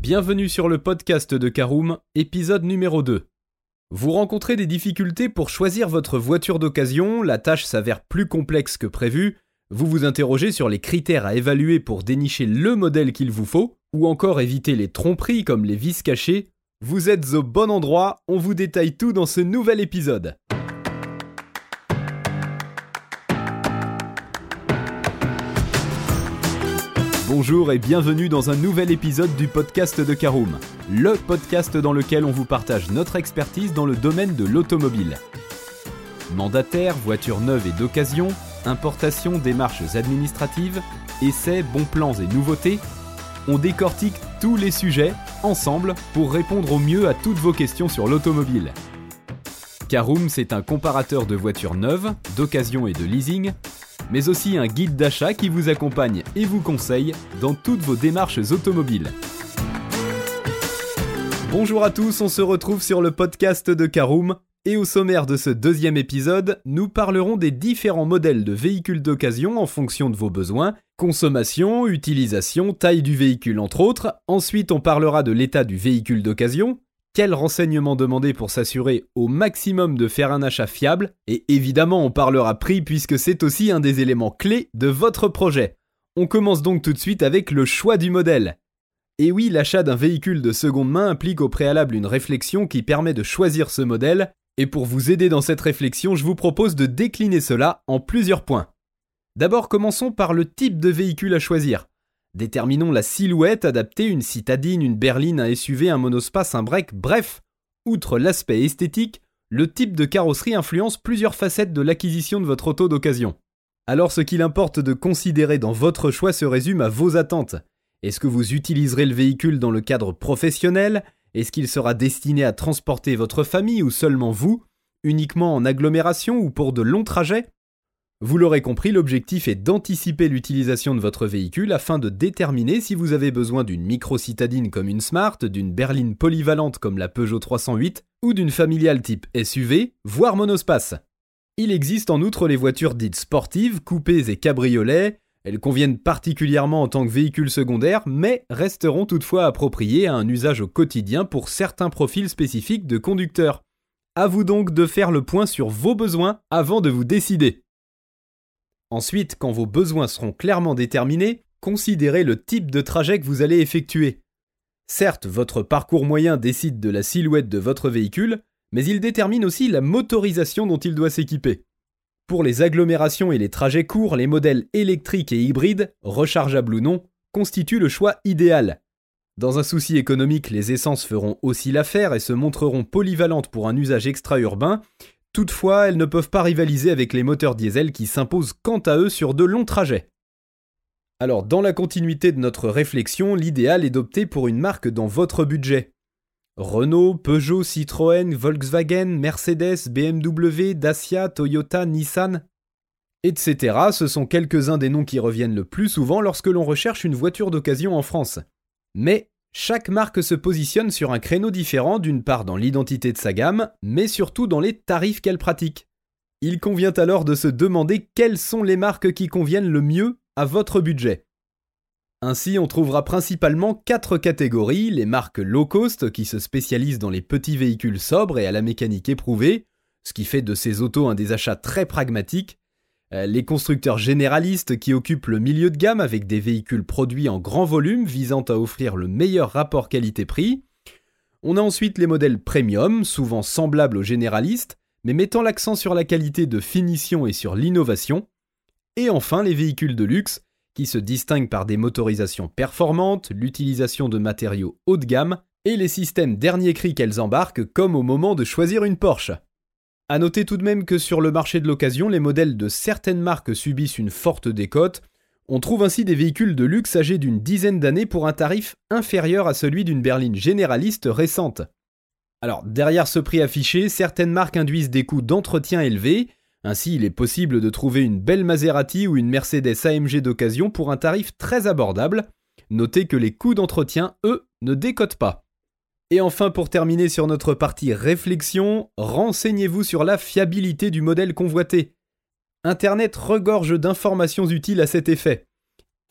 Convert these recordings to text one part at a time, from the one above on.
Bienvenue sur le podcast de Caroom, épisode numéro 2. Vous rencontrez des difficultés pour choisir votre voiture d'occasion, la tâche s'avère plus complexe que prévu, vous vous interrogez sur les critères à évaluer pour dénicher le modèle qu'il vous faut, ou encore éviter les tromperies comme les vis cachées. Vous êtes au bon endroit, on vous détaille tout dans ce nouvel épisode. Bonjour et bienvenue dans un nouvel épisode du podcast de Caroom, le podcast dans lequel on vous partage notre expertise dans le domaine de l'automobile. Mandataires, voitures neuves et d'occasion, importation, démarches administratives, essais, bons plans et nouveautés, on décortique tous les sujets, ensemble, pour répondre au mieux à toutes vos questions sur l'automobile. Caroom, c'est un comparateur de voitures neuves, d'occasion et de leasing, mais aussi un guide d'achat qui vous accompagne et vous conseille dans toutes vos démarches automobiles. Bonjour à tous, on se retrouve sur le podcast de Caroom, et au sommaire de ce deuxième épisode, nous parlerons des différents modèles de véhicules d'occasion en fonction de vos besoins, consommation, utilisation, taille du véhicule entre autres. Ensuite, on parlera de l'état du véhicule d'occasion, quels renseignements demander pour s'assurer au maximum de faire un achat fiable, et évidemment on parlera prix puisque c'est aussi un des éléments clés de votre projet. On commence donc tout de suite avec le choix du modèle. Et oui, l'achat d'un véhicule de seconde main implique au préalable une réflexion qui permet de choisir ce modèle, et pour vous aider dans cette réflexion, je vous propose de décliner cela en plusieurs points. D'abord, commençons par le type de véhicule à choisir. Déterminons la silhouette adaptée, une citadine, une berline, un SUV, un monospace, un break, bref. Outre l'aspect esthétique, le type de carrosserie influence plusieurs facettes de l'acquisition de votre auto d'occasion. Alors ce qu'il importe de considérer dans votre choix se résume à vos attentes. Est-ce que vous utiliserez le véhicule dans le cadre professionnel ? Est-ce qu'il sera destiné à transporter votre famille ou seulement vous ? Uniquement en agglomération ou pour de longs trajets ? Vous l'aurez compris, l'objectif est d'anticiper l'utilisation de votre véhicule afin de déterminer si vous avez besoin d'une micro-citadine comme une Smart, d'une berline polyvalente comme la Peugeot 308 ou d'une familiale type SUV, voire monospace. Il existe en outre les voitures dites sportives, coupés et cabriolets. Elles conviennent particulièrement en tant que véhicule secondaire, mais resteront toutefois appropriées à un usage au quotidien pour certains profils spécifiques de conducteurs. À vous donc de faire le point sur vos besoins avant de vous décider. Ensuite, quand vos besoins seront clairement déterminés, considérez le type de trajet que vous allez effectuer. Certes, votre parcours moyen décide de la silhouette de votre véhicule, mais il détermine aussi la motorisation dont il doit s'équiper. Pour les agglomérations et les trajets courts, les modèles électriques et hybrides, rechargeables ou non, constituent le choix idéal. Dans un souci économique, les essences feront aussi l'affaire et se montreront polyvalentes pour un usage extra-urbain. Toutefois, elles ne peuvent pas rivaliser avec les moteurs diesel qui s'imposent quant à eux sur de longs trajets. Alors, dans la continuité de notre réflexion, l'idéal est d'opter pour une marque dans votre budget. Renault, Peugeot, Citroën, Volkswagen, Mercedes, BMW, Dacia, Toyota, Nissan, etc. Ce sont quelques-uns des noms qui reviennent le plus souvent lorsque l'on recherche une voiture d'occasion en France. Mais chaque marque se positionne sur un créneau différent, d'une part dans l'identité de sa gamme, mais surtout dans les tarifs qu'elle pratique. Il convient alors de se demander quelles sont les marques qui conviennent le mieux à votre budget. Ainsi, on trouvera principalement 4 catégories, les marques low cost qui se spécialisent dans les petits véhicules sobres et à la mécanique éprouvée, ce qui fait de ces autos un des achats très pragmatiques, les constructeurs généralistes qui occupent le milieu de gamme avec des véhicules produits en grand volume visant à offrir le meilleur rapport qualité-prix. On a ensuite les modèles premium, souvent semblables aux généralistes, mais mettant l'accent sur la qualité de finition et sur l'innovation. Et enfin les véhicules de luxe, qui se distinguent par des motorisations performantes, l'utilisation de matériaux haut de gamme et les systèmes dernier cri qu'elles embarquent comme au moment de choisir une Porsche. À noter tout de même que sur le marché de l'occasion, les modèles de certaines marques subissent une forte décote. On trouve ainsi des véhicules de luxe âgés d'une dizaine d'années pour un tarif inférieur à celui d'une berline généraliste récente. Alors, derrière ce prix affiché, certaines marques induisent des coûts d'entretien élevés. Ainsi, il est possible de trouver une belle Maserati ou une Mercedes AMG d'occasion pour un tarif très abordable. Notez que les coûts d'entretien, eux, ne décotent pas. Et enfin, pour terminer sur notre partie réflexion, renseignez-vous sur la fiabilité du modèle convoité. Internet regorge d'informations utiles à cet effet.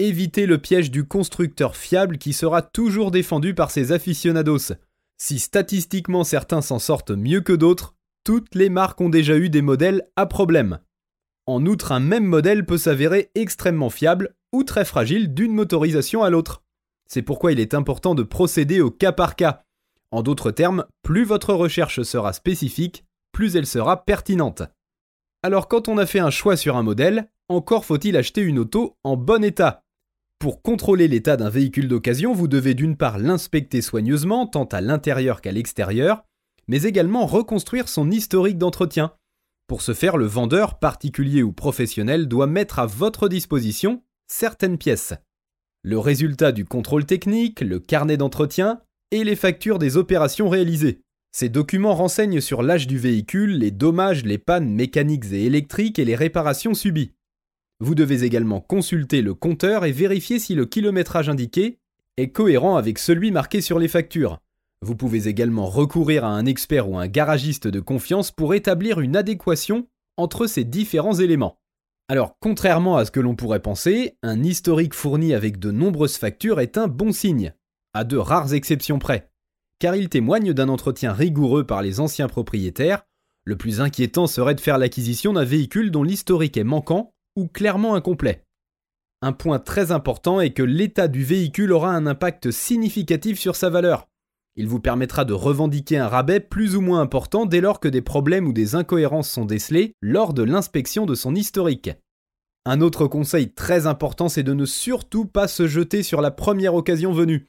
évitez le piège du constructeur fiable qui sera toujours défendu par ses aficionados. Si statistiquement certains s'en sortent mieux que d'autres, toutes les marques ont déjà eu des modèles à problème. En outre, un même modèle peut s'avérer extrêmement fiable ou très fragile d'une motorisation à l'autre. C'est pourquoi il est important de procéder au cas par cas. En d'autres termes, plus votre recherche sera spécifique, plus elle sera pertinente. Alors quand on a fait un choix sur un modèle, encore faut-il acheter une auto en bon état. Pour contrôler l'état d'un véhicule d'occasion, vous devez d'une part l'inspecter soigneusement, tant à l'intérieur qu'à l'extérieur, mais également reconstruire son historique d'entretien. Pour ce faire, le vendeur, particulier ou professionnel, doit mettre à votre disposition certaines pièces. Le résultat du contrôle technique, le carnet d'entretien et les factures des opérations réalisées. Ces documents renseignent sur l'âge du véhicule, les dommages, les pannes mécaniques et électriques et les réparations subies. Vous devez également consulter le compteur et vérifier si le kilométrage indiqué est cohérent avec celui marqué sur les factures. Vous pouvez également recourir à un expert ou un garagiste de confiance pour établir une adéquation entre ces différents éléments. Alors, contrairement à ce que l'on pourrait penser, un historique fourni avec de nombreuses factures est un bon signe, à de rares exceptions près, car il témoigne d'un entretien rigoureux par les anciens propriétaires. Le plus inquiétant serait de faire l'acquisition d'un véhicule dont l'historique est manquant ou clairement incomplet. Un point très important est que l'état du véhicule aura un impact significatif sur sa valeur. Il vous permettra de revendiquer un rabais plus ou moins important dès lors que des problèmes ou des incohérences sont décelés lors de l'inspection de son historique. Un autre conseil très important, c'est de ne surtout pas se jeter sur la première occasion venue.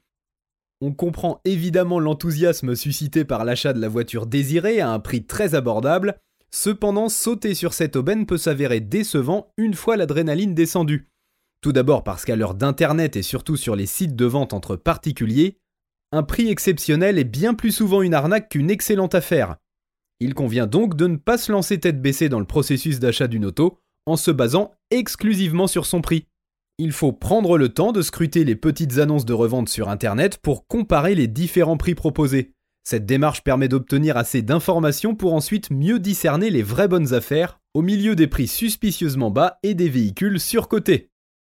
On comprend évidemment l'enthousiasme suscité par l'achat de la voiture désirée à un prix très abordable, cependant sauter sur cette aubaine peut s'avérer décevant une fois l'adrénaline descendue. Tout d'abord parce qu'à l'heure d'internet et surtout sur les sites de vente entre particuliers, un prix exceptionnel est bien plus souvent une arnaque qu'une excellente affaire. Il convient donc de ne pas se lancer tête baissée dans le processus d'achat d'une auto en se basant exclusivement sur son prix. Il faut prendre le temps de scruter les petites annonces de revente sur internet pour comparer les différents prix proposés. Cette démarche permet d'obtenir assez d'informations pour ensuite mieux discerner les vraies bonnes affaires au milieu des prix suspicieusement bas et des véhicules surcotés.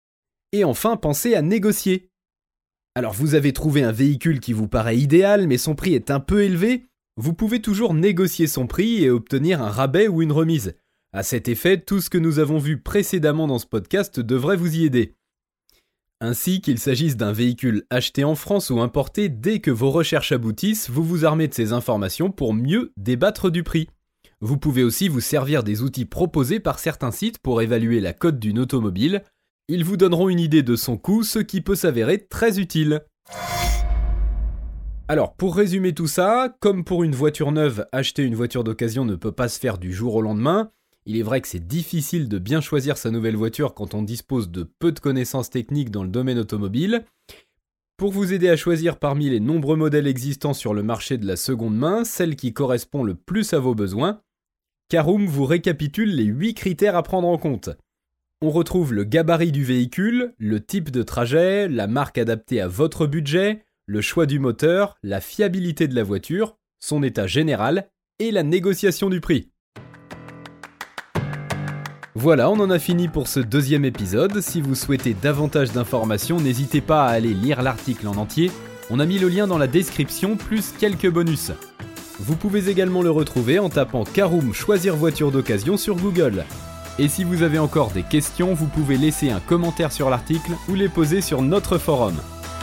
Et enfin, pensez à négocier. Alors vous avez trouvé un véhicule qui vous paraît idéal mais son prix est un peu élevé, vous pouvez toujours négocier son prix et obtenir un rabais ou une remise. À cet effet, tout ce que nous avons vu précédemment dans ce podcast devrait vous y aider. Ainsi qu'il s'agisse d'un véhicule acheté en France ou importé, dès que vos recherches aboutissent, vous vous armez de ces informations pour mieux débattre du prix. Vous pouvez aussi vous servir des outils proposés par certains sites pour évaluer la cote d'une automobile. Ils vous donneront une idée de son coût, ce qui peut s'avérer très utile. Alors, pour résumer tout ça, comme pour une voiture neuve, acheter une voiture d'occasion ne peut pas se faire du jour au lendemain. Il est vrai que c'est difficile de bien choisir sa nouvelle voiture quand on dispose de peu de connaissances techniques dans le domaine automobile. Pour vous aider à choisir parmi les nombreux modèles existants sur le marché de la seconde main, celle qui correspond le plus à vos besoins, Caroom vous récapitule les 8 critères à prendre en compte. On retrouve le gabarit du véhicule, le type de trajet, la marque adaptée à votre budget, le choix du moteur, la fiabilité de la voiture, son état général et la négociation du prix. Voilà, on en a fini pour ce deuxième épisode. Si vous souhaitez davantage d'informations, n'hésitez pas à aller lire l'article en entier. On a mis le lien dans la description, plus quelques bonus. Vous pouvez également le retrouver en tapant Caroom choisir voiture d'occasion sur Google. Et si vous avez encore des questions, vous pouvez laisser un commentaire sur l'article ou les poser sur notre forum.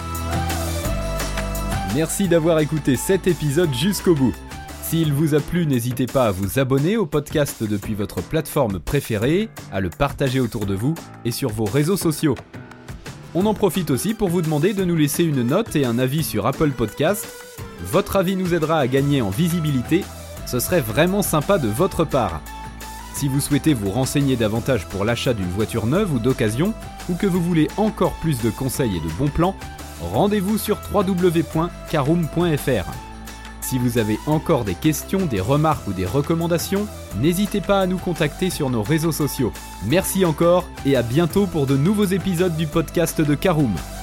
Merci d'avoir écouté cet épisode jusqu'au bout. S'il vous a plu, n'hésitez pas à vous abonner au podcast depuis votre plateforme préférée, à le partager autour de vous et sur vos réseaux sociaux. On en profite aussi pour vous demander de nous laisser une note et un avis sur Apple Podcast. Votre avis nous aidera à gagner en visibilité, ce serait vraiment sympa de votre part. Si vous souhaitez vous renseigner davantage pour l'achat d'une voiture neuve ou d'occasion, ou que vous voulez encore plus de conseils et de bons plans, rendez-vous sur www.caroom.fr. Si vous avez encore des questions, des remarques ou des recommandations, n'hésitez pas à nous contacter sur nos réseaux sociaux. Merci encore et à bientôt pour de nouveaux épisodes du podcast de Caroom.